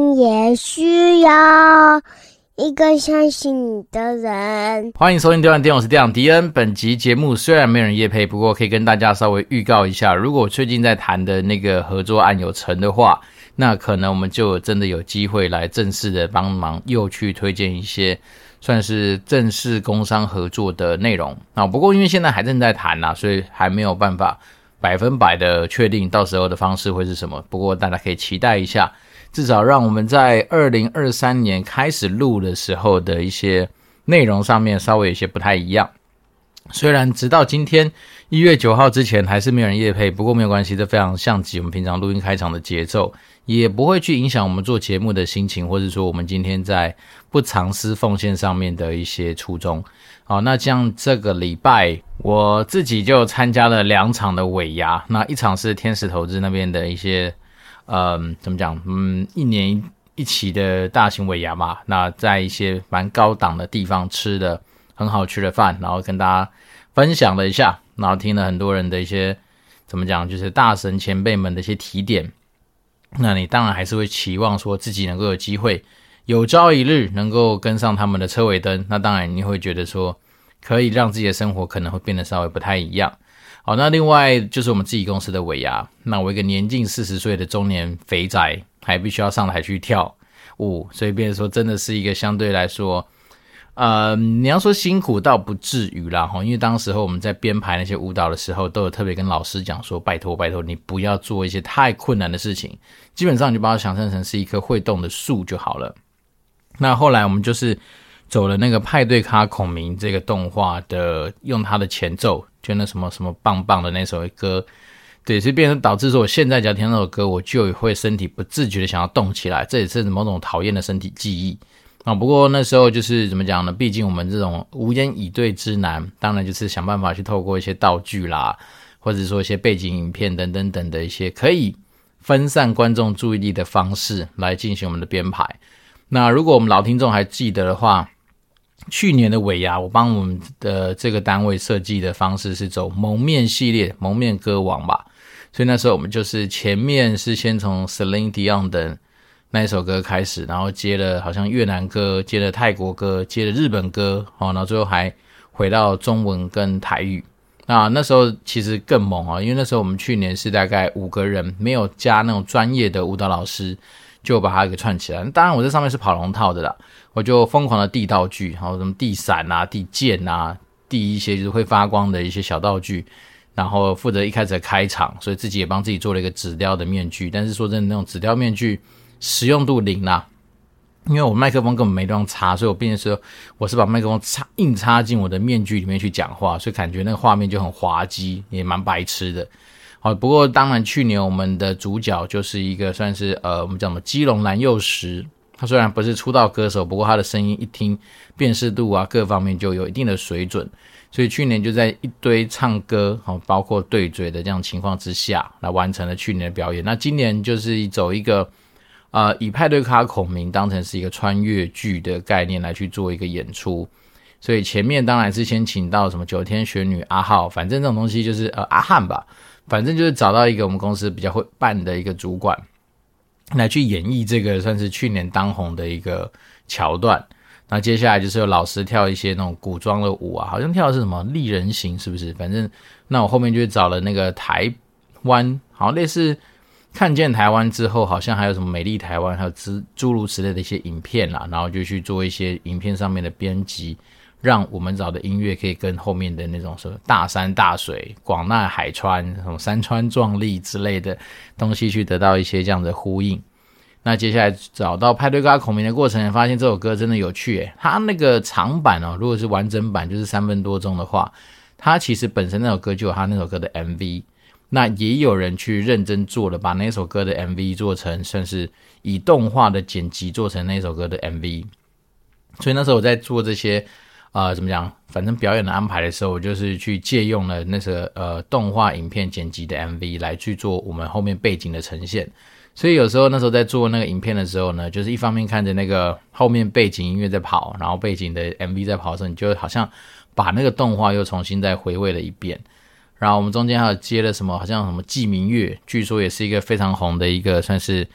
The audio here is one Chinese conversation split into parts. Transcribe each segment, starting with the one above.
们也需要一个相信你的人。 欢迎收听丢烂电，我是电长迪恩。本集节目虽然没有人业配，不过可以跟大家稍微预告一下，如果我最近在谈的那个合作案有成的话，那可能我们就真的有机会来正式的帮忙又去推荐一些算是正式工商合作的内容。不过因为现在还正在谈所以还没有办法100%的确定到时候的方式会是什么，不过大家可以期待一下，至少让我们在2023年开始录的时候的一些内容上面稍微有些不太一样。虽然直到今天1月9号之前还是没有人业配，不过没有关系，这非常像极我们平常录音开场的节奏，也不会去影响我们做节目的心情，或者说我们今天在不藏私奉献上面的一些初衷。好，那像这个礼拜我自己就参加了2场的尾牙，那一场是天使投资那边的一些怎么讲一年一期的大型尾牙嘛，那在一些蛮高档的地方吃的很好吃的饭，然后跟大家分享了一下，然后听了很多人的一些怎么讲，就是大神前辈们的一些提点。那你当然还是会期望说自己能够有机会有朝一日能够跟上他们的车尾灯，那当然你会觉得说可以让自己的生活可能会变得稍微不太一样。好，那另外就是我们自己公司的尾牙，那我一个年近40岁的中年肥宅还必须要上台去跳舞，所以变成说真的是一个相对来说你要说辛苦倒不至于啦，因为当时候我们在编排那些舞蹈的时候都有特别跟老师讲说拜托你不要做一些太困难的事情，基本上你就把它想象成是一棵会动的树就好了。那后来我们就是走了那个派对咖孔明这个动画的，用它的前奏，就那什么什么棒棒的那首歌，对，所以变成导致说我现在只要听那首歌我就会身体不自觉的想要动起来，这也是某种讨厌的身体记忆。不过那时候就是怎么讲呢，毕竟我们这种无言以对之男，当然就是想办法去透过一些道具啦，或者说一些背景影片等等等的一些可以分散观众注意力的方式来进行我们的编排。那如果我们老听众还记得的话，去年的尾牙我帮我们的这个单位设计的方式是走蒙面系列，蒙面歌王吧，所以那时候我们就是前面是先从 Celine Dion 的那一首歌开始，然后接了好像越南歌，接了泰国歌，接了日本歌，然后最后还回到中文跟台语。那时候其实更猛因为那时候我们去年是大概5个人，没有加那种专业的舞蹈老师，就把它给串起来。当然我在上面是跑龙套的啦，我就疯狂的递道具，然后什么递伞啊、递剑啊、递一些就是会发光的一些小道具，然后负责一开始的开场，所以自己也帮自己做了一个纸雕的面具。但是说真的，那种纸雕面具实用度0啦，因为我麦克风根本没地方插，所以我变成说我是把麦克风硬插进我的面具里面去讲话，所以感觉那个画面就很滑稽，也蛮白痴的。好，不过当然去年我们的主角就是一个算是我们讲的基隆蓝又时，他虽然不是出道歌手，不过他的声音一听辨识度啊各方面就有一定的水准，所以去年就在一堆唱歌包括对嘴的这样情况之下来完成了去年的表演。那今年就是走一个以派对咖孔明当成是一个穿越剧的概念来去做一个演出，所以前面当然是先请到什么9天玄女阿浩，反正这种东西就是阿汉吧，反正就是找到一个我们公司比较会办的一个主管来去演绎这个算是去年当红的一个桥段。那接下来就是有老师跳一些那种古装的舞好像跳的是什么立人形是不是，反正那我后面就找了那个台湾，好像类似看见台湾之后好像还有什么美丽台湾，还有诸如此类的一些影片啦，然后就去做一些影片上面的编辑，让我们找的音乐可以跟后面的那种什么大山大水、广纳海川、什么山川壮丽之类的东西去得到一些这样的呼应。那接下来找到派对咖孔明的过程，发现这首歌真的有趣它那个长版如果是完整版就是3分多钟的话，它其实本身那首歌就有它那首歌的 MV， 那也有人去认真做了，把那首歌的 MV 做成算是以动画的剪辑做成那首歌的 MV。 所以那时候我在做这些怎么讲，反正表演的安排的时候，我就是去借用了那个动画影片剪辑的 MV 来去做我们后面背景的呈现。所以有时候那时候在做那个影片的时候呢，就是一方面看着那个后面背景音乐在跑，然后背景的 MV 在跑的时候，你就好像把那个动画又重新再回味了一遍。然后我们中间还有接了什么好像什么季明月，据说也是一个非常红的一个算是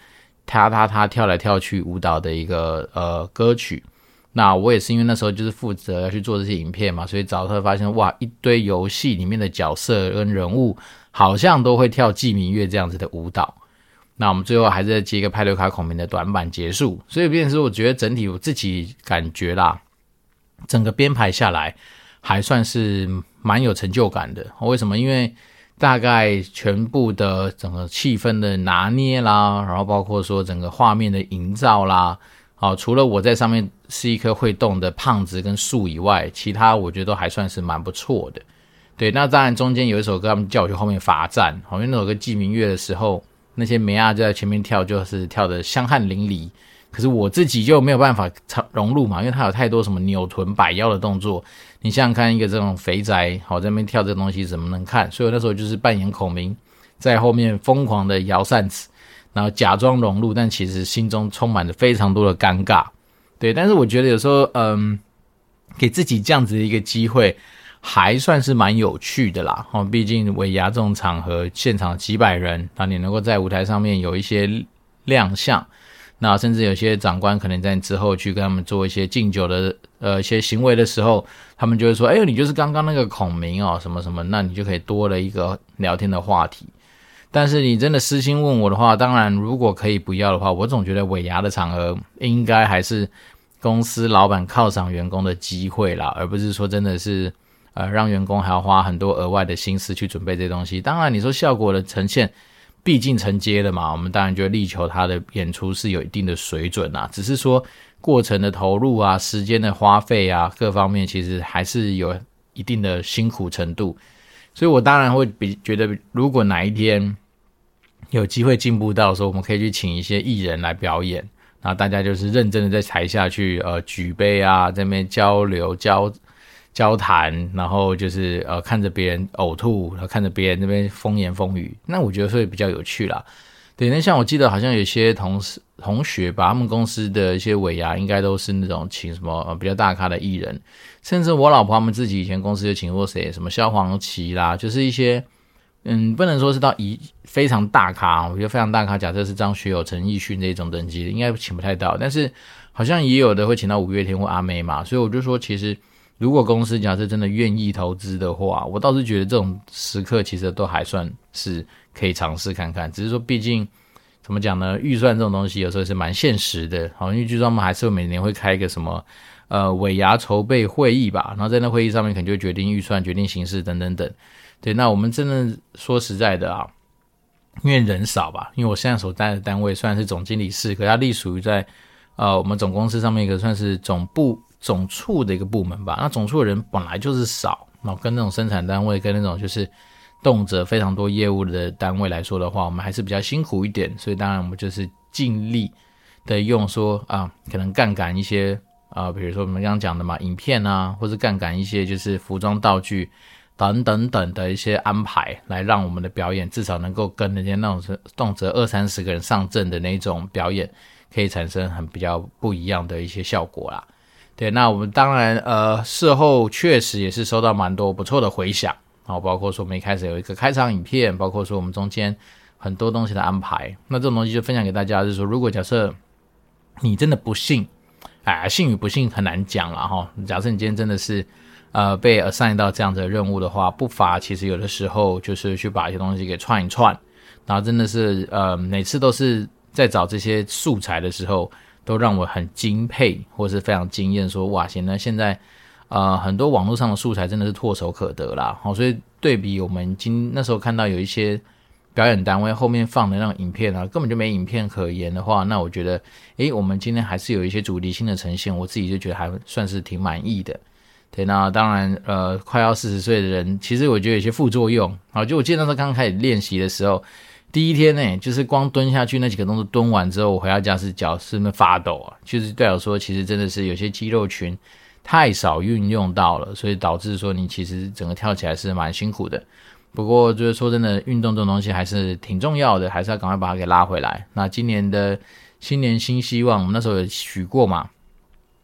他跳来跳去舞蹈的一个歌曲。那我也是因为那时候就是负责要去做这些影片嘛，所以早上发现哇，一堆游戏里面的角色跟人物好像都会跳记名乐这样子的舞蹈。那我们最后还是接一个派对卡孔明的短板结束，所以变成是我觉得整体我自己感觉啦，整个编排下来还算是蛮有成就感的。为什么？因为大概全部的整个气氛的拿捏啦，然后包括说整个画面的营造啦，除了我在上面是一颗会动的胖子跟树以外，其他我觉得都还算是蛮不错的。对，那当然中间有一首歌他们叫我去后面罚站，因为那首歌记名乐的时候，那些妹啊就在前面跳，就是跳得香汗淋漓，可是我自己就没有办法融入嘛，因为它有太多什么扭臀摆腰的动作，你想想看一个这种肥宅在那边跳这个东西怎么能看，所以我那时候就是扮演孔明，在后面疯狂的摇扇子，然后假装融入，但其实心中充满了非常多的尴尬。对，但是我觉得有时候给自己这样子的一个机会还算是蛮有趣的啦。毕竟尾牙这种场合，现场几百人，然后你能够在舞台上面有一些亮相，那甚至有些长官可能在之后去跟他们做一些敬酒的一些行为的时候，他们就会说你就是刚刚那个孔明什么什么，那你就可以多了一个聊天的话题。但是你真的私心问我的话，当然如果可以不要的话，我总觉得尾牙的场合应该还是公司老板犒赏员工的机会啦，而不是说真的是让员工还要花很多额外的心思去准备这些东西。当然你说效果的呈现，毕竟承接了嘛，我们当然就力求他的演出是有一定的水准啦，只是说过程的投入啊，时间的花费啊，各方面其实还是有一定的辛苦程度。所以我当然会觉得，如果哪一天有机会进步到说我们可以去请一些艺人来表演，然后大家就是认真的在台下去举杯啊，在那边交流交谈，然后就是看着别人呕吐，然后看着别人那边风言风语，那我觉得会比较有趣啦。对，那像我记得好像有些同学吧，他们公司的一些尾牙应该都是那种请什么比较大咖的艺人，甚至我老婆他们自己以前公司就请过谁，什么萧煌奇啦，就是一些不能说是到非常大咖，我觉得非常大咖，假设是张学友、陈奕迅这种等级的，应该请不太到，但是好像也有的会请到五月天或阿妹嘛，所以我就说其实如果公司假设真的愿意投资的话，我倒是觉得这种时刻其实都还算是可以尝试看看，只是说毕竟怎么讲呢，预算这种东西有时候是蛮现实的，因为据说他们还是每年会开一个什么尾牙筹备会议吧，然后在那会议上面可能就会决定预算、决定形式等等等。对，那我们真的说实在的啊，因为人少吧，因为我现在所在的单位虽然是总经理室，可它隶属于在我们总公司上面一个算是总处的一个部门吧。那总处的人本来就是少，然后跟那种生产单位跟那种就是动辄非常多业务的单位来说的话，我们还是比较辛苦一点，所以当然我们就是尽力的用说可能杠杆一些比如说我们刚刚讲的嘛，影片啊，或是杠杆一些就是服装道具等等等的一些安排，来让我们的表演至少能够跟人家那种动辄20-30个人上阵的那种表演可以产生很比较不一样的一些效果啦。对，那我们当然事后确实也是收到蛮多不错的回响，然后包括说我们一开始有一个开场影片，包括说我们中间很多东西的安排，那这种东西就分享给大家，就是说如果假设你真的不幸幸与不幸很难讲啦齁，假设你今天真的是被 assign 到这样的任务的话，不乏其实有的时候就是去把一些东西给串一串，然后真的是每次都是在找这些素材的时候都让我很敬佩或是非常惊艳，说哇现在很多网络上的素材真的是唾手可得啦。所以对比我们那时候看到有一些表演单位后面放的那种影片根本就没影片可言的话，那我觉得我们今天还是有一些主题性的呈现，我自己就觉得还算是挺满意的。对，那当然快要40岁的人，其实我觉得有些副作用就我记得那时候刚开始练习的时候，第一天就是光蹲下去那几个动作蹲完之后，我回到家是脚是那发抖就是代表说其实真的是有些肌肉群太少运用到了，所以导致说你其实整个跳起来是蛮辛苦的。不过就是说真的，运动这种东西还是挺重要的，还是要赶快把它给拉回来。那今年的新年新希望，我们那时候有许过嘛，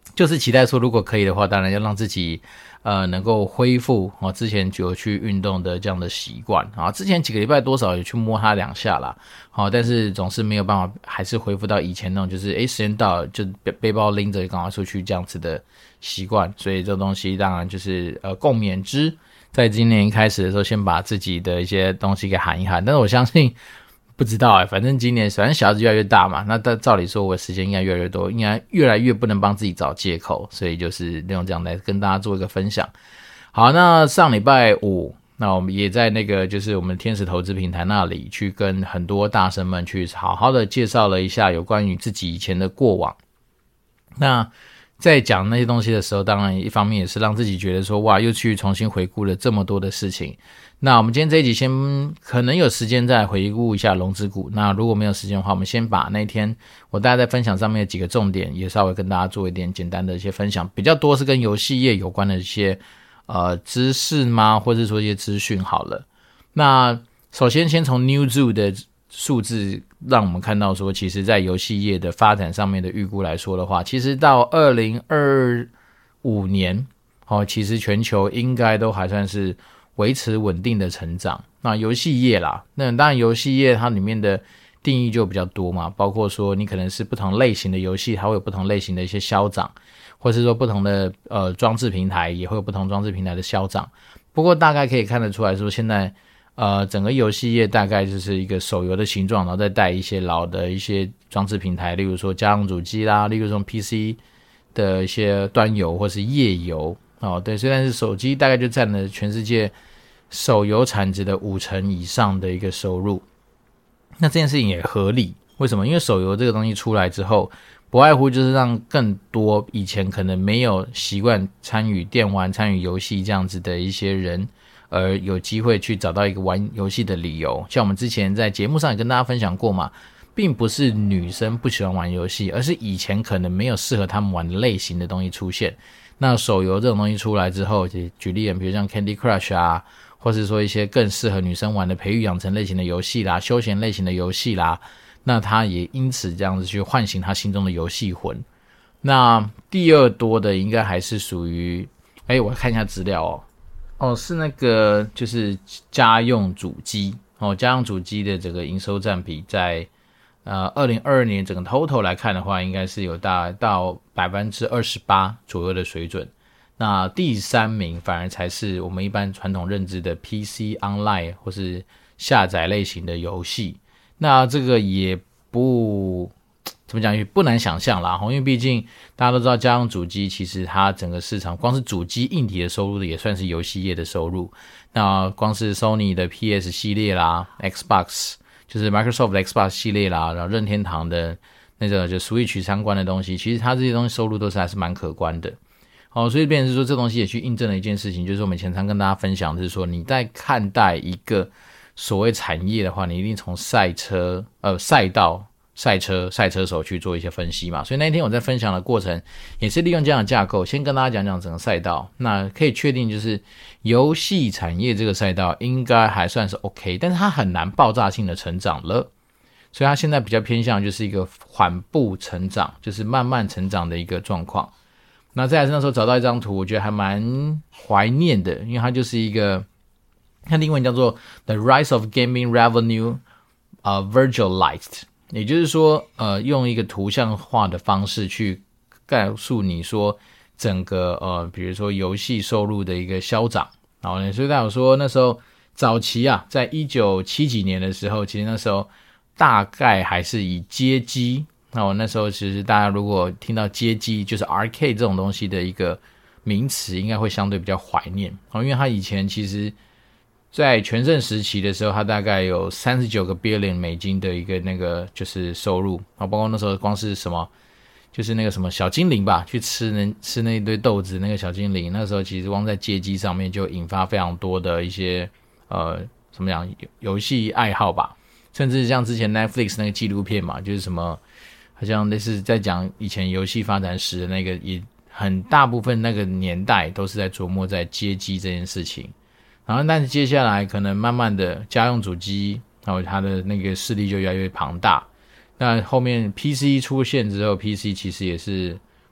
就是期待说如果可以的话，当然要让自己能够恢复之前就有去运动的这样的习惯啊。之前几个礼拜多少有去摸它2下啦，但是总是没有办法，还是恢复到以前那种就是时间到了就背包拎着赶快出去这样子的习惯。所以这东西当然就是共勉之，在今年一开始的时候先把自己的一些东西给喊一喊，但是我相信不知道反正今年反正小孩子越来越大嘛，那照理说我的时间应该越来越多，应该越来越不能帮自己找借口，所以就是利用这样来跟大家做一个分享。好，那上礼拜五，那我们也在那个就是我们天使投资平台那里去跟很多大神们去好好的介绍了一下有关于自己以前的过往。那在讲那些东西的时候，当然一方面也是让自己觉得说哇，又去重新回顾了这么多的事情。那我们今天这一集先可能有时间再回顾一下龙之谷，那如果没有时间的话，我们先把那天我大家在分享上面的几个重点也稍微跟大家做一点简单的一些分享，比较多是跟游戏业有关的一些知识吗，或者说一些资讯好了。那首先从 Newzoo 的数字让我们看到说，其实在游戏业的发展上面的预估来说的话，其实到2025年其实全球应该都还算是维持稳定的成长。那游戏业啦，那当然游戏业它里面的定义就比较多嘛，包括说你可能是不同类型的游戏，它会有不同类型的一些消长，或是说不同的装置平台也会有不同装置平台的消长。不过大概可以看得出来说，现在整个游戏业大概就是一个手游的形状，然后再带一些老的一些装置平台，例如说家用主机啦，例如说 PC 的一些端游或是页游对，虽然是手机大概就占了全世界手游产值的50%以上的一个收入。那这件事情也合理，为什么？因为手游这个东西出来之后，不外乎就是让更多以前可能没有习惯参与电玩、参与游戏这样子的一些人，而有机会去找到一个玩游戏的理由。像我们之前在节目上也跟大家分享过嘛，并不是女生不喜欢玩游戏，而是以前可能没有适合他们玩的类型的东西出现。那手游这种东西出来之后，举例比如像 Candy Crush 啊，或是说一些更适合女生玩的培育养成类型的游戏啦，休闲类型的游戏啦，那他也因此这样子去唤醒他心中的游戏魂。那第二多的应该还是属于我看一下资料是那个就是家用主机家用主机的这个营收占比在2022年整个 total 来看的话，应该是有大到 28% 左右的水准。那第3名反而才是我们一般传统认知的 PC Online 或是下载类型的游戏。那这个也不怎么讲，也不难想象啦，因为毕竟大家都知道家用主机其实它整个市场光是主机硬体的收入的也算是游戏业的收入。那光是 Sony 的 PS 系列啦， Xbox 就是 Microsoft 的 Xbox 系列啦，然后任天堂的那个就 Switch 相关的东西，其实它这些东西收入都是还是蛮可观的。所以变成是说这东西也去印证了一件事情，就是我们前常跟大家分享的是说，你在看待一个所谓产业的话，你一定从赛道、赛车手去做一些分析嘛。所以那一天我在分享的过程也是利用这样的架构，先跟大家讲讲整个赛道。那可以确定就是游戏产业这个赛道应该还算是 OK， 但是它很难爆炸性的成长了，所以它现在比较偏向就是一个缓步成长，就是慢慢成长的一个状况。那再来是那时候找到一张图，我觉得还蛮怀念的，因为它就是一个，它的英文叫做 The Rise of Gaming Revenue Virtualized， 也就是说用一个图像化的方式去告诉你说整个比如说游戏收入的一个消长。然后呢，所以大家说那时候早期在1970几年的时候，其实那时候大概还是以街机，那时候其实大家如果听到街机就是 arcade 这种东西的一个名词，应该会相对比较怀念，因为它以前其实在全盛时期的时候，它大概有39个 billion 美金的一个那个就是收入，包括那时候光是什么就是那个什么小精灵吧，去吃那一堆豆子那个小精灵，那时候其实光在街机上面就引发非常多的一些怎么讲游戏爱好吧，甚至像之前 Netflix 那个纪录片嘛，就是什么好像类似在讲以前游戏发展史的那个，也很大部分那个年代都是在琢磨在街机这件事情。然后但是接下来可能慢慢的家用主机然后它的那个势力就越来越庞大，那后面 PC 出现之后， PC 其实也是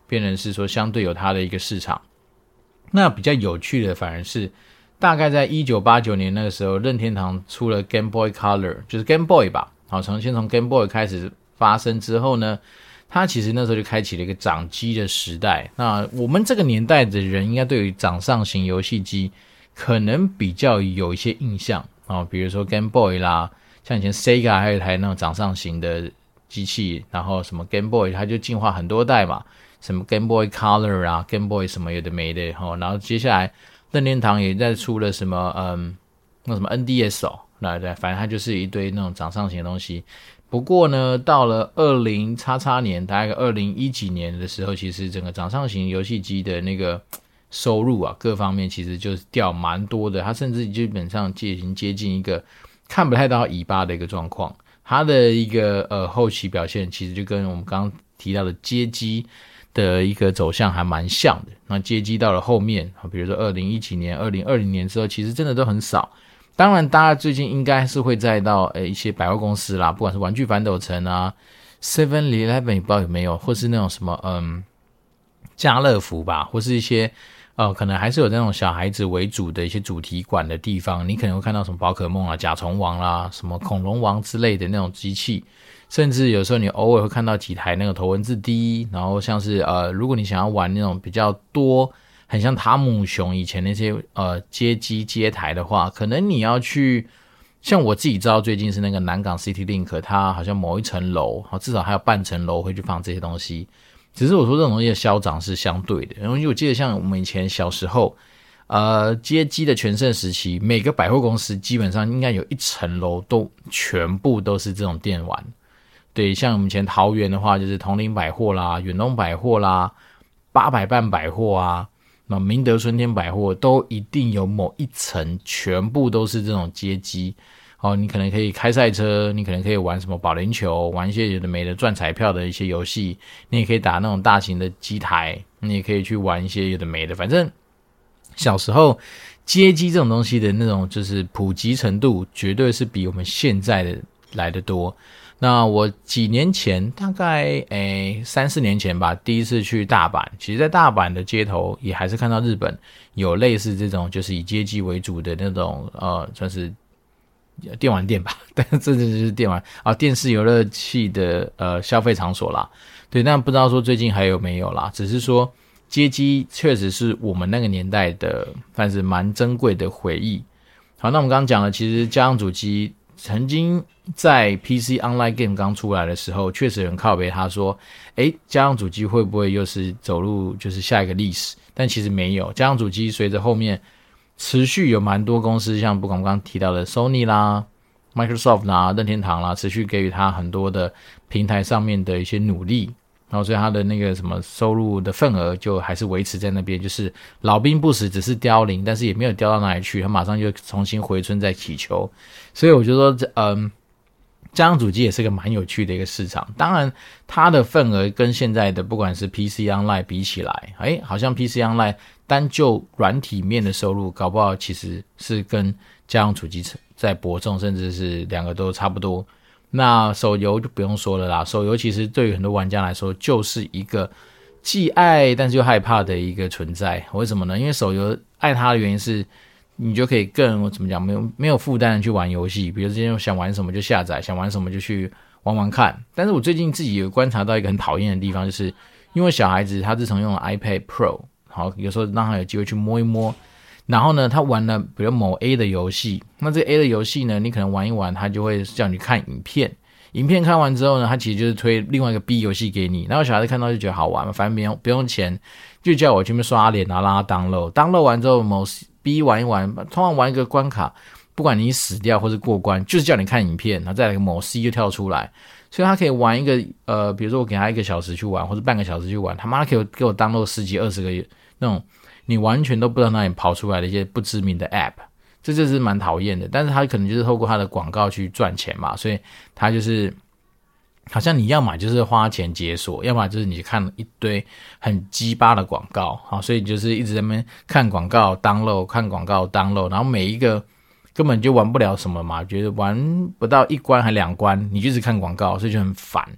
变成是说相对有它的一个市场。那比较有趣的反而是大概在1989年那个时候，任天堂出了 Game Boy Color， 就是 Game Boy 吧，好，先从 Game Boy 开始发生之后呢，它其实那时候就开启了一个掌机的时代。那我们这个年代的人应该对于掌上型游戏机可能比较有一些印象比如说 Game Boy 啦，像以前 Sega 还有一台那种掌上型的机器，然后什么 Game Boy 它就进化很多代嘛，什么 Game Boy Color 啊 Game Boy 什么有的没的然后接下来任天堂也在出了什么那什么 NDS 对，反正它就是一堆那种掌上型的东西。不过呢，到了20XX年，大概2010几年的时候，其实整个掌上型游戏机的那个收入各方面其实就掉蛮多的，它甚至基本上已经接近一个看不太到尾巴的一个状况。它的一个后期表现其实就跟我们刚刚提到的街机的一个走向还蛮像的。那街机到了后面，比如说2010几年、2020年之后，其实真的都很少。当然大家最近应该是会再到一些百货公司啦，不管是玩具反斗城啊 7-Eleven 不知道有没有，或是那种什么家乐福吧，或是一些可能还是有那种小孩子为主的一些主题馆的地方，你可能会看到什么宝可梦啊、甲虫王啦、什么恐龙王之类的那种机器，甚至有时候你偶尔会看到几台那个头文字 D， 然后像是如果你想要玩那种比较多很像汤姆熊以前那些街机街台的话，可能你要去，像我自己知道最近是那个南港 CityLink， 它好像某一层楼至少还有半层楼会去放这些东西。只是我说这种东西的消长是相对的，因为我记得像我们以前小时候街机的全盛时期，每个百货公司基本上应该有一层楼都全部都是这种电玩。对，像我们以前桃园的话就是同林百货啦、远东百货啦、800伴百货啊，那明德春天百货都一定有某一层全部都是这种街机。你可能可以开赛车，你可能可以玩什么保龄球，玩一些有的没的赚彩票的一些游戏，你也可以打那种大型的机台，你也可以去玩一些有的没的。反正小时候街机这种东西的那种就是普及程度绝对是比我们现在的来得多。那我几年前大概3-4年前吧，第一次去大阪，其实在大阪的街头也还是看到日本有类似这种就是以街机为主的那种算是电玩店吧，但是这就是电玩电视游乐器的消费场所啦。对，但不知道说最近还有没有啦，只是说街机确实是我们那个年代的算是蛮珍贵的回忆。好，那我们刚刚讲了，其实家用主机曾经在 PC Online Game 刚出来的时候，确实有人靠北他说家用主机会不会又是走入就是下一个历史，但其实没有。家用主机随着后面持续有蛮多公司，像不管我刚刚提到的 Sony 啦、Microsoft 啦、任天堂啦，持续给予它很多的平台上面的一些努力，然后所以它的那个什么收入的份额就还是维持在那边，就是老兵不死，只是凋零，但是也没有凋到哪里去，它马上就重新回春在祈求。所以我就说家用主机也是个蛮有趣的一个市场。当然它的份额跟现在的不管是 PC Online 比起来，好像 PC Online 单就软体面的收入搞不好其实是跟家用主机在伯仲，甚至是两个都差不多。那手游就不用说了啦，手游其实对于很多玩家来说就是一个既爱但是又害怕的一个存在。为什么呢？因为手游爱它的原因是你就可以更怎么讲，没有负担的去玩游戏，比如今天想玩什么就下载，想玩什么就去玩玩看。但是我最近自己有观察到一个很讨厌的地方，就是因为小孩子他自从用了 iPad Pro， 好，有时候让他有机会去摸一摸，然后呢他玩了比如某 A 的游戏，那这个 A 的游戏呢你可能玩一玩，他就会叫你看影片，影片看完之后呢他其实就是推另外一个 B 游戏给你，然后小孩子看到就觉得好玩嘛，反正不用钱，就叫我去那边刷脸，然后让他 download 完之后某 B 玩一玩，通常玩一个关卡，不管你死掉或是过关，就是叫你看影片，然后再来个某 C 就跳出来，所以他可以玩一个比如说我给他1个小时去玩，或者半个小时去玩，他妈给我 download 10几20个那种你完全都不知道哪里跑出来的一些不知名的 app， 这就是蛮讨厌的。但是他可能就是透过他的广告去赚钱嘛，所以他就是好像你要么就是花钱解锁，要么就是你看一堆很鸡巴的广告，好，所以就是一直在那边看广告 download 看广告 download， 然后每一个根本就玩不了什么嘛，觉得玩不到1关还2关，你就一直看广告，所以就很烦。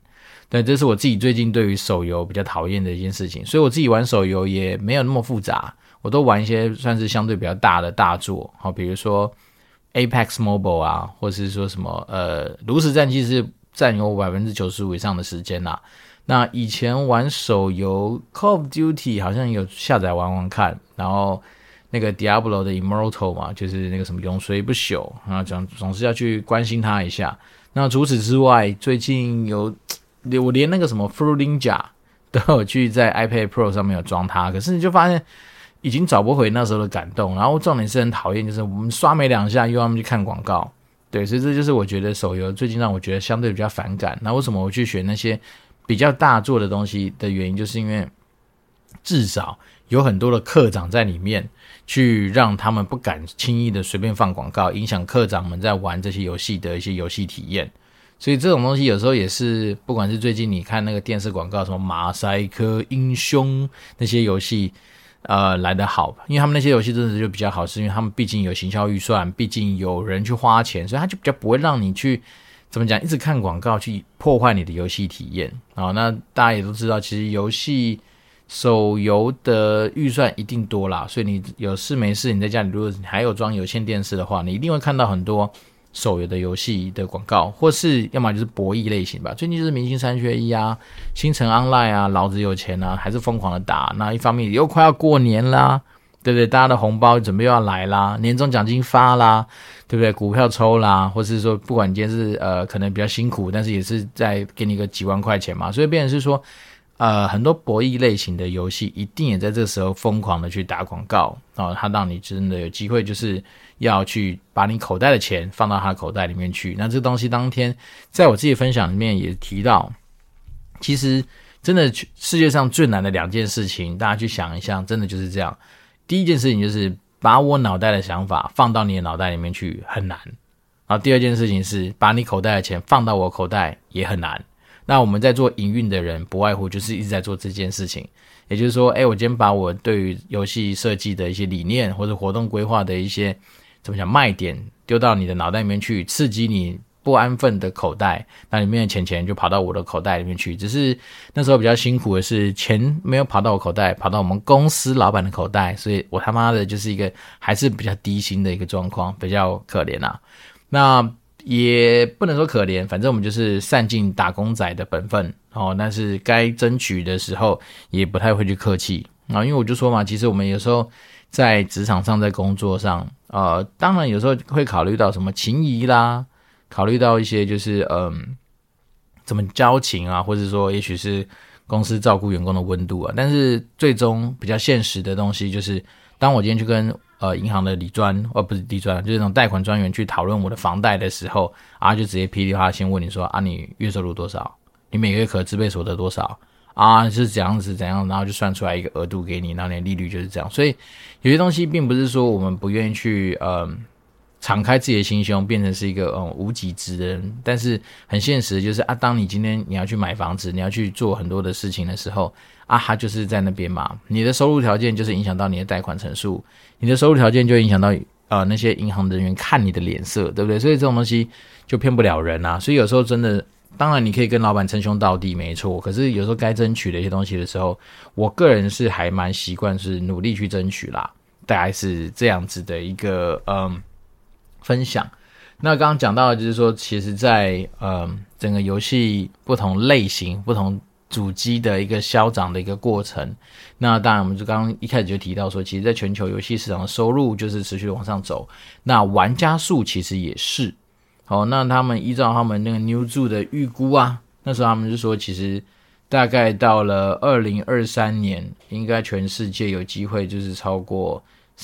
对，这是我自己最近对于手游比较讨厌的一件事情，所以我自己玩手游也没有那么复杂，我都玩一些算是相对比较大的大作，好，比如说 Apex Mobile 啊，或是说什么炉石战记是占有 95% 以上的时间啦。那以前玩手游 Call of Duty 好像有下载玩看，然后那个 Diablo 的 Immortal 嘛，就是那个什么永垂不朽，然后总是要去关心它一下。那除此之外，最近我连那个什么 Fruit Ninja 都有去在 iPad Pro 上面有装它，可是你就发现已经找不回那时候的感动，然后重点是很讨厌，就是我们刷没2下又要去看广告，对，所以这就是我觉得手游最近让我觉得相对比较反感。那为什么我去选那些比较大作的东西的原因，就是因为至少有很多的课长在里面，去让他们不敢轻易的随便放广告，影响课长们在玩这些游戏的一些游戏体验。所以这种东西有时候也是，不管是最近你看那个电视广告，什么马赛克英雄那些游戏，来得好，因为他们那些游戏真的就比较好，是因为他们毕竟有行销预算，毕竟有人去花钱，所以他就比较不会让你去怎么讲，一直看广告去破坏你的游戏体验。好，那大家也都知道，其实手游的预算一定多啦，所以你有事没事，你在家里如果你还有装有线电视的话，你一定会看到很多手游的游戏的广告，或是要么就是博弈类型吧。最近就是明星3缺1啊，星辰 Online 啊，老子有钱啊，还是疯狂的打。那一方面又快要过年啦，对不对？大家的红包准备又要来啦，年终奖金发啦，对不对？股票抽啦，或是说不管你今天是可能比较辛苦，但是也是在给你个几万块钱嘛，所以变成是说很多博弈类型的游戏一定也在这个时候疯狂的去打广告，它让你真的有机会就是要去把你口袋的钱放到他的口袋里面去。那这个东西当天在我自己分享里面也提到，其实真的世界上最难的2件事情，大家去想一下，真的就是这样。第一件事情就是把我脑袋的想法放到你的脑袋里面去，很难。然后第二件事情是把你口袋的钱放到我口袋，也很难。那我们在做营运的人不外乎就是一直在做这件事情，也就是说我今天把我对于游戏设计的一些理念或者活动规划的一些怎么讲卖点丢到你的脑袋里面去，刺激你不安分的口袋，那里面的钱就跑到我的口袋里面去。只是那时候比较辛苦的是钱没有跑到我口袋，跑到我们公司老板的口袋，所以我他妈的就是一个还是比较低薪的一个状况，比较可怜啊。那也不能说可怜，反正我们就是善尽打工仔的本分但是该争取的时候也不太会去客气因为我就说嘛，其实我们有时候在职场上，在工作上当然有时候会考虑到什么情谊啦，考虑到一些就是怎么交情啊，或者说也许是公司照顾员工的温度啊，但是最终比较现实的东西就是当我今天去跟银行的理专不是理专，就是那种贷款专员去讨论我的房贷的时候就直接噼里啪啦先问你说你月收入多少，你每个月可支配所得多少是怎样子怎样，然后就算出来一个额度给你，然后你的利率就是这样。所以有些东西并不是说我们不愿意去敞开自己的心胸，变成是一个无己之人，但是很现实的就是当你今天你要去买房子，你要去做很多的事情的时候它就是在那边嘛，你的收入条件就是影响到你的贷款成数，你的收入条件就影响到那些银行人员看你的脸色，对不对？所以这种东西就骗不了人所以有时候真的，当然你可以跟老板称兄道弟没错，可是有时候该争取的一些东西的时候，我个人是还蛮习惯是努力去争取啦，大概是这样子的一个分享。那刚刚讲到的就是说，其实在整个游戏不同类型不同主机的一个消长的一个过程，那当然我们就刚刚一开始就提到说，其实在全球游戏市场的收入就是持续的往上走，那玩家数其实也是那他们依照他们那个 Newzoo 的预估那时候他们就说其实大概到了2023年应该全世界有机会就是超过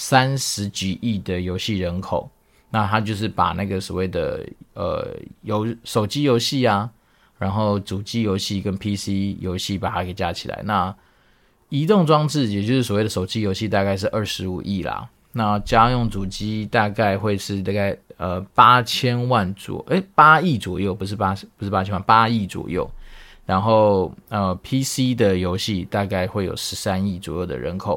30几亿的游戏人口，那他就是把那个所谓的手机游戏然后主机游戏跟 PC 游戏把它给加起来，那移动装置也就是所谓的手机游戏大概是25亿啦，那家用主机大概会是大概8000万8亿左右，不是8000万，8亿左右，然后PC 的游戏大概会有13亿左右的人口，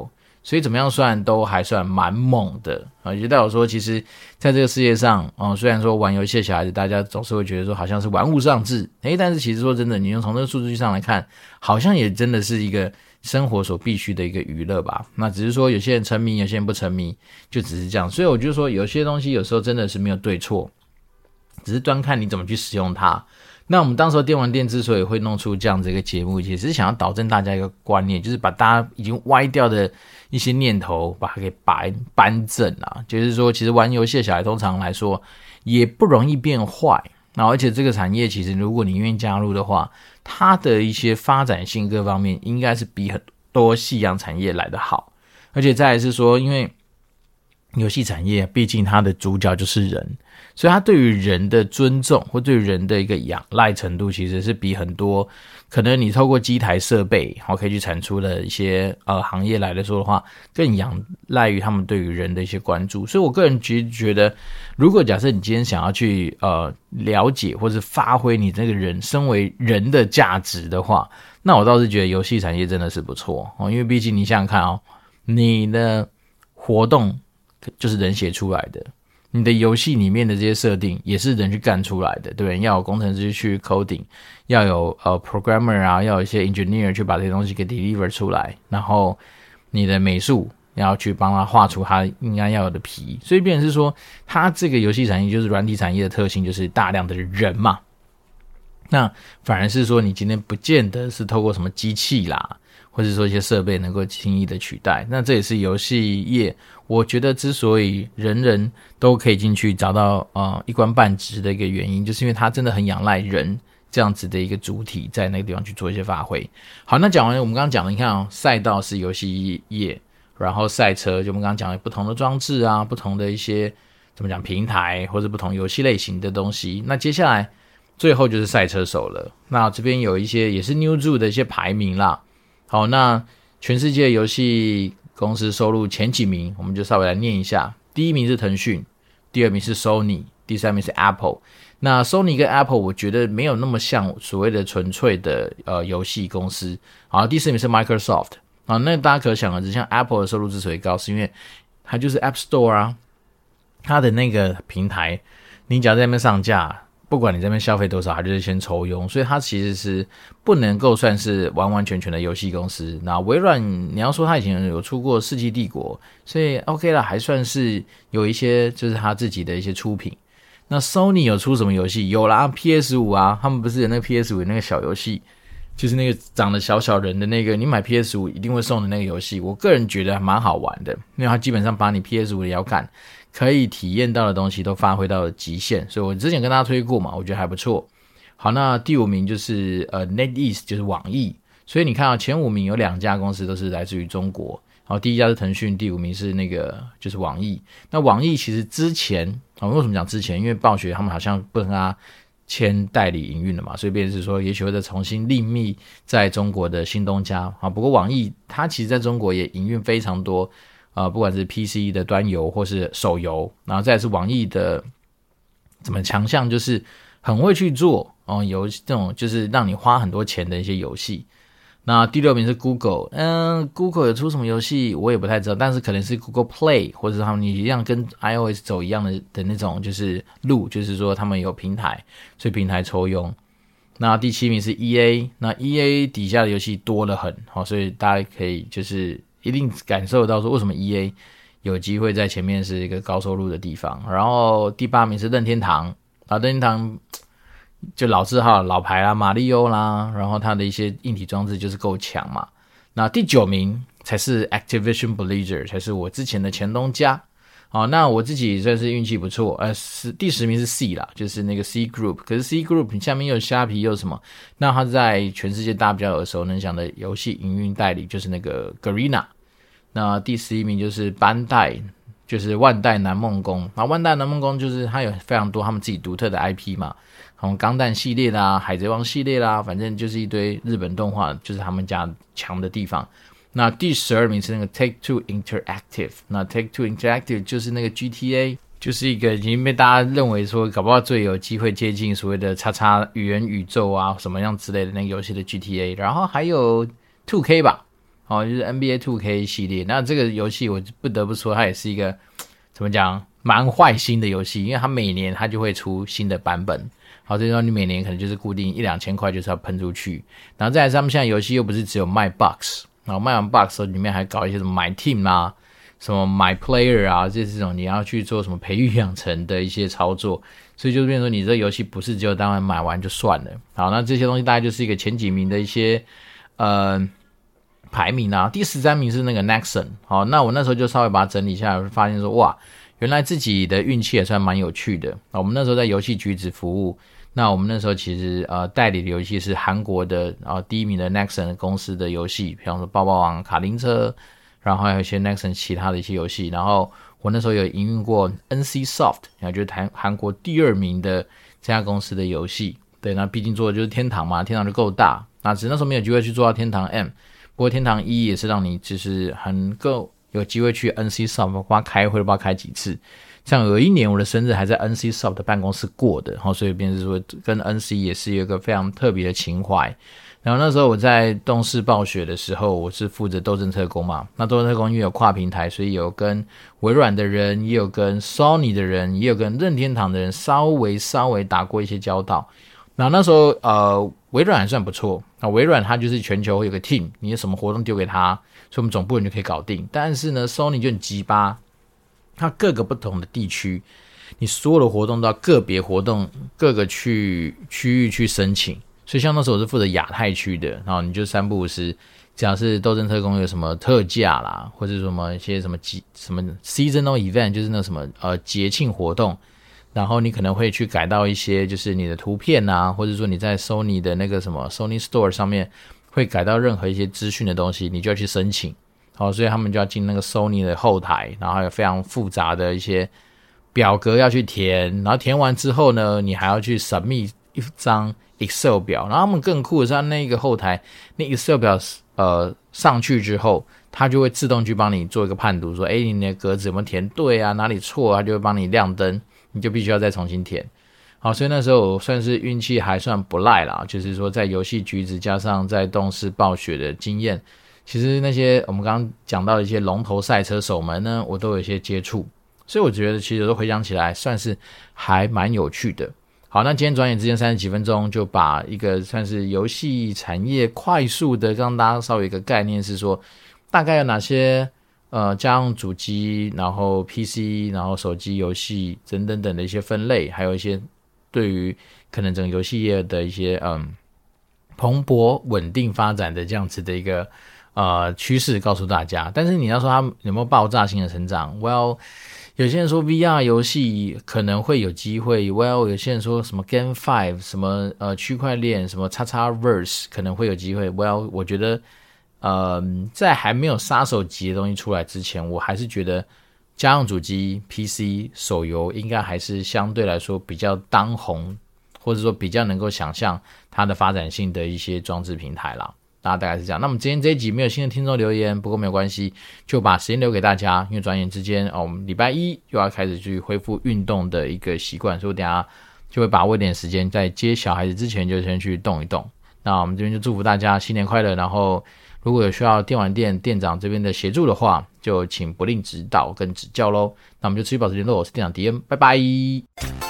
所以怎么样算都还算蛮猛的也就代表说其实在这个世界上虽然说玩游戏的小孩子大家总是会觉得说好像是玩物丧志但是其实说真的，你用从这个数据上来看，好像也真的是一个生活所必须的一个娱乐吧。那只是说有些人沉迷，有些人不沉迷，就只是这样。所以我就说有些东西有时候真的是没有对错，只是端看你怎么去使用它。那我们当时候电玩店之所以会弄出这样子一个节目，也是想要导正大家一个观念，就是把大家已经歪掉的一些念头把它给扳正啊。就是说其实玩游戏的小孩通常来说也不容易变坏，而且这个产业其实如果你愿意加入的话，它的一些发展性各方面应该是比很多夕阳产业来得好。而且再来是说，因为游戏产业毕竟它的主角就是人，所以它对于人的尊重或对于人的一个仰赖程度，其实是比很多可能你透过机台设备可以去产出的一些行业来说的话，更仰赖于他们对于人的一些关注。所以我个人觉得，如果假设你今天想要去了解或是发挥你这个人身为人的价值的话，那我倒是觉得游戏产业真的是不错因为毕竟你想想看你的活动就是人写出来的，你的游戏里面的这些设定也是人去干出来的，对不对？要有工程师去 coding， 要有programmer 要有一些 engineer 去把这些东西给 deliver 出来，然后你的美术要去帮他画出他应该要有的皮，所以变成是说，他这个游戏产业就是软体产业的特性，就是大量的人嘛。那反而是说，你今天不见得是透过什么机器啦，或者说一些设备能够轻易的取代。那这也是游戏业，我觉得之所以人人都可以进去找到一官半职的一个原因，就是因为它真的很仰赖人这样子的一个主体在那个地方去做一些发挥。好，那讲完我们刚刚讲的，你看赛道是游戏业，然后赛车就我们刚刚讲的不同的装置啊，不同的一些怎么讲平台或者不同游戏类型的东西。那接下来最后就是赛车手了。那这边有一些也是 Newzoo 的一些排名啦。好，那全世界游戏公司收入前几名，我们就稍微来念一下。第一名是腾讯，第二名是 Sony， 第三名是 Apple。那 Sony 跟 Apple 我觉得没有那么像所谓的纯粹的游戏公司。好，第四名是 Microsoft。好，那大家可想而知，像 Apple 的收入之所以高，是因为它就是 App Store 啊，它的那个平台，你只要在那边上架，不管你这边消费多少，它就是先抽佣，所以它其实是不能够算是完完全全的游戏公司。那微软你要说它以前有出过《世纪帝国》，所以 OK 啦，还算是有一些就是它自己的一些出品。那 Sony 有出什么游戏？有啦 PS5 啊，他们不是有那个 PS5 那个小游戏，就是那个长得小小人的那个，你买 PS5 一定会送的那个游戏，我个人觉得蛮好玩的，因为它基本上把你 PS5 的摇杆可以体验到的东西都发挥到了极限，所以我之前跟大家推过嘛，我觉得还不错。好，那第五名就是NetEase， 就是网易。所以你看前5名有2家公司都是来自于中国。好，第一家是腾讯，第5名是那个就是网易。那网易其实之前为什么讲之前？因为暴雪他们好像不跟他签代理营运了嘛，所以变成是说也许会再重新另觅在中国的新东家。好，不过网易它其实在中国也营运非常多。不管是 PC 的端游或是手游，然后再来是网易的怎么强项，就是很会去做有这种就是让你花很多钱的一些游戏。那第6名是 Google，Google 有出什么游戏我也不太知道，但是可能是 Google Play 或者是他们一样跟 iOS 走一样的那种就是路，就是说他们有平台，所以平台抽佣。那第7名是 EA， 那 EA 底下的游戏多了很，所以大家可以就是一定感受到说为什么 EA 有机会在前面是一个高收入的地方。然后第8名是任天堂，任天堂就老字号老牌啦，马里奥啦，然后它的一些硬体装置就是够强嘛。那第9名才是 Activision Blizzard， 才是我之前的前东家。好，那我自己算是运气不错，第10名是 C 啦，就是那个 C Group。可是 C Group 下面又有虾皮又有什么？那它在全世界大家比较耳熟能详的游戏营运代理就是那个 Garena。那第11名就是班代，就是万代南梦宫。那万代南梦宫就是它有非常多他们自己独特的 IP 嘛，从钢弹系列啦、海贼王系列啦，反正就是一堆日本动画，就是他们家强的地方。那第12名是那个 Take-Two Interactive， 那 Take-Two Interactive 就是那个 GTA， 就是一个已经被大家认为说搞不好最有机会接近所谓的XX语言宇宙啊什么样之类的那个游戏的 GTA。 然后还有 2K 吧， 就是 NBA 2K 系列。那这个游戏我不得不说，它也是一个怎么讲蛮坏心的游戏，因为它每年它就会出新的版本。好，所以说你每年可能就是固定1-2千块就是要喷出去。然后再来他们现在游戏又不是只有卖 box， 然后卖完 box 里面还搞一些什么 My Team 啊，什么 My Player 啊，这种你要去做什么培育养成的一些操作。所以就变成说你这游戏不是只有当然买完就算了。好，那这些东西大概就是一个前几名的一些排名啊。第13名是那个 Nexon。好，那我那时候就稍微把它整理一下，发现说哇，原来自己的运气也算蛮有趣的。我们那时候在游戏橘子服务，那我们那时候其实代理的游戏是韩国的第一名的 Nexon 公司的游戏，比方说爆爆王、卡丁车，然后还有一些 Nexon 其他的一些游戏。然后我那时候有营运过 NCSoft， 就是韩国第2名的这家公司的游戏。对，那毕竟做的就是天堂嘛，天堂就够大。那只是那时候没有机会去做到天堂 M， 不过天堂1也是让你就是很够有机会去 NCSoft， 不知道开会不知道开几次。像有一年我的生日还在 NCSoft 的办公室过的，所以变成说跟 NC 也是有一个非常特别的情怀。然后那时候我在动视暴雪的时候，我是负责斗阵特工嘛。那斗阵特工因为有跨平台，所以有跟微软的人，也有跟 Sony 的人，也有跟任天堂的人稍微打过一些交道。那时候微软还算不错。那微软它就是全球会有个 team， 你有什么活动丢给他，所以我们总部人就可以搞定。但是呢 Sony 就很鸡巴，它各个不同的地区，你所有的活动都要个别活动各个区域去申请。所以像那时候我是负责亚太区的，然后你就3不5时，只要是斗阵特工有什么特价啦，或者什么一些什么 seasonal event， 就是那什么节庆活动，然后你可能会去改到一些就是你的图片啊，或者说你在 Sony 的那个什么 Sony Store 上面会改到任何一些资讯的东西，你就要去申请。好，所以他们就要进那个 Sony 的后台，然后还有非常复杂的一些表格要去填，然后填完之后呢，你还要去 submit 一张 Excel 表。然后他们更酷的是，那个后台那 Excel 表上去之后，它就会自动去帮你做一个判读，说你的格子有没有填对啊，哪里错，它就会帮你亮灯，你就必须要再重新填。好，所以那时候我算是运气还算不赖啦，就是说在游戏橘子加上在动视暴雪的经验，其实那些我们刚刚讲到的一些龙头赛车手们呢，我都有一些接触，所以我觉得其实都回想起来算是还蛮有趣的。好，那今天转眼之间30几分钟，就把一个算是游戏产业快速的让大家稍微有一个概念，是说大概有哪些家用主机，然后 PC， 然后手机游戏等等等的一些分类，还有一些对于可能整个游戏业的一些蓬勃稳定发展的这样子的一个趋势告诉大家。但是你要说它有没有爆炸性的成长 ，Well， 有些人说 VR 游戏可能会有机会 ，Well， 有些人说什么 GameFi 什么区块链什么XXVerse 可能会有机会 ，Well， 我觉得在还没有杀手级的东西出来之前，我还是觉得家用主机、PC、手游应该还是相对来说比较当红，或者说比较能够想象它的发展性的一些装置平台啦。大概是这样。那么今天这一集没有新的听众留言，不过没有关系，就把时间留给大家，因为转眼之间我们礼拜一又要开始去恢复运动的一个习惯，所以我等一下就会把握一点时间，在接小孩子之前就先去动一动。那我们这边就祝福大家新年快乐，然后如果有需要电玩店店长这边的协助的话，就请不吝指导跟指教咯。那我们就持续保持联络，我是店长迪恩，拜拜。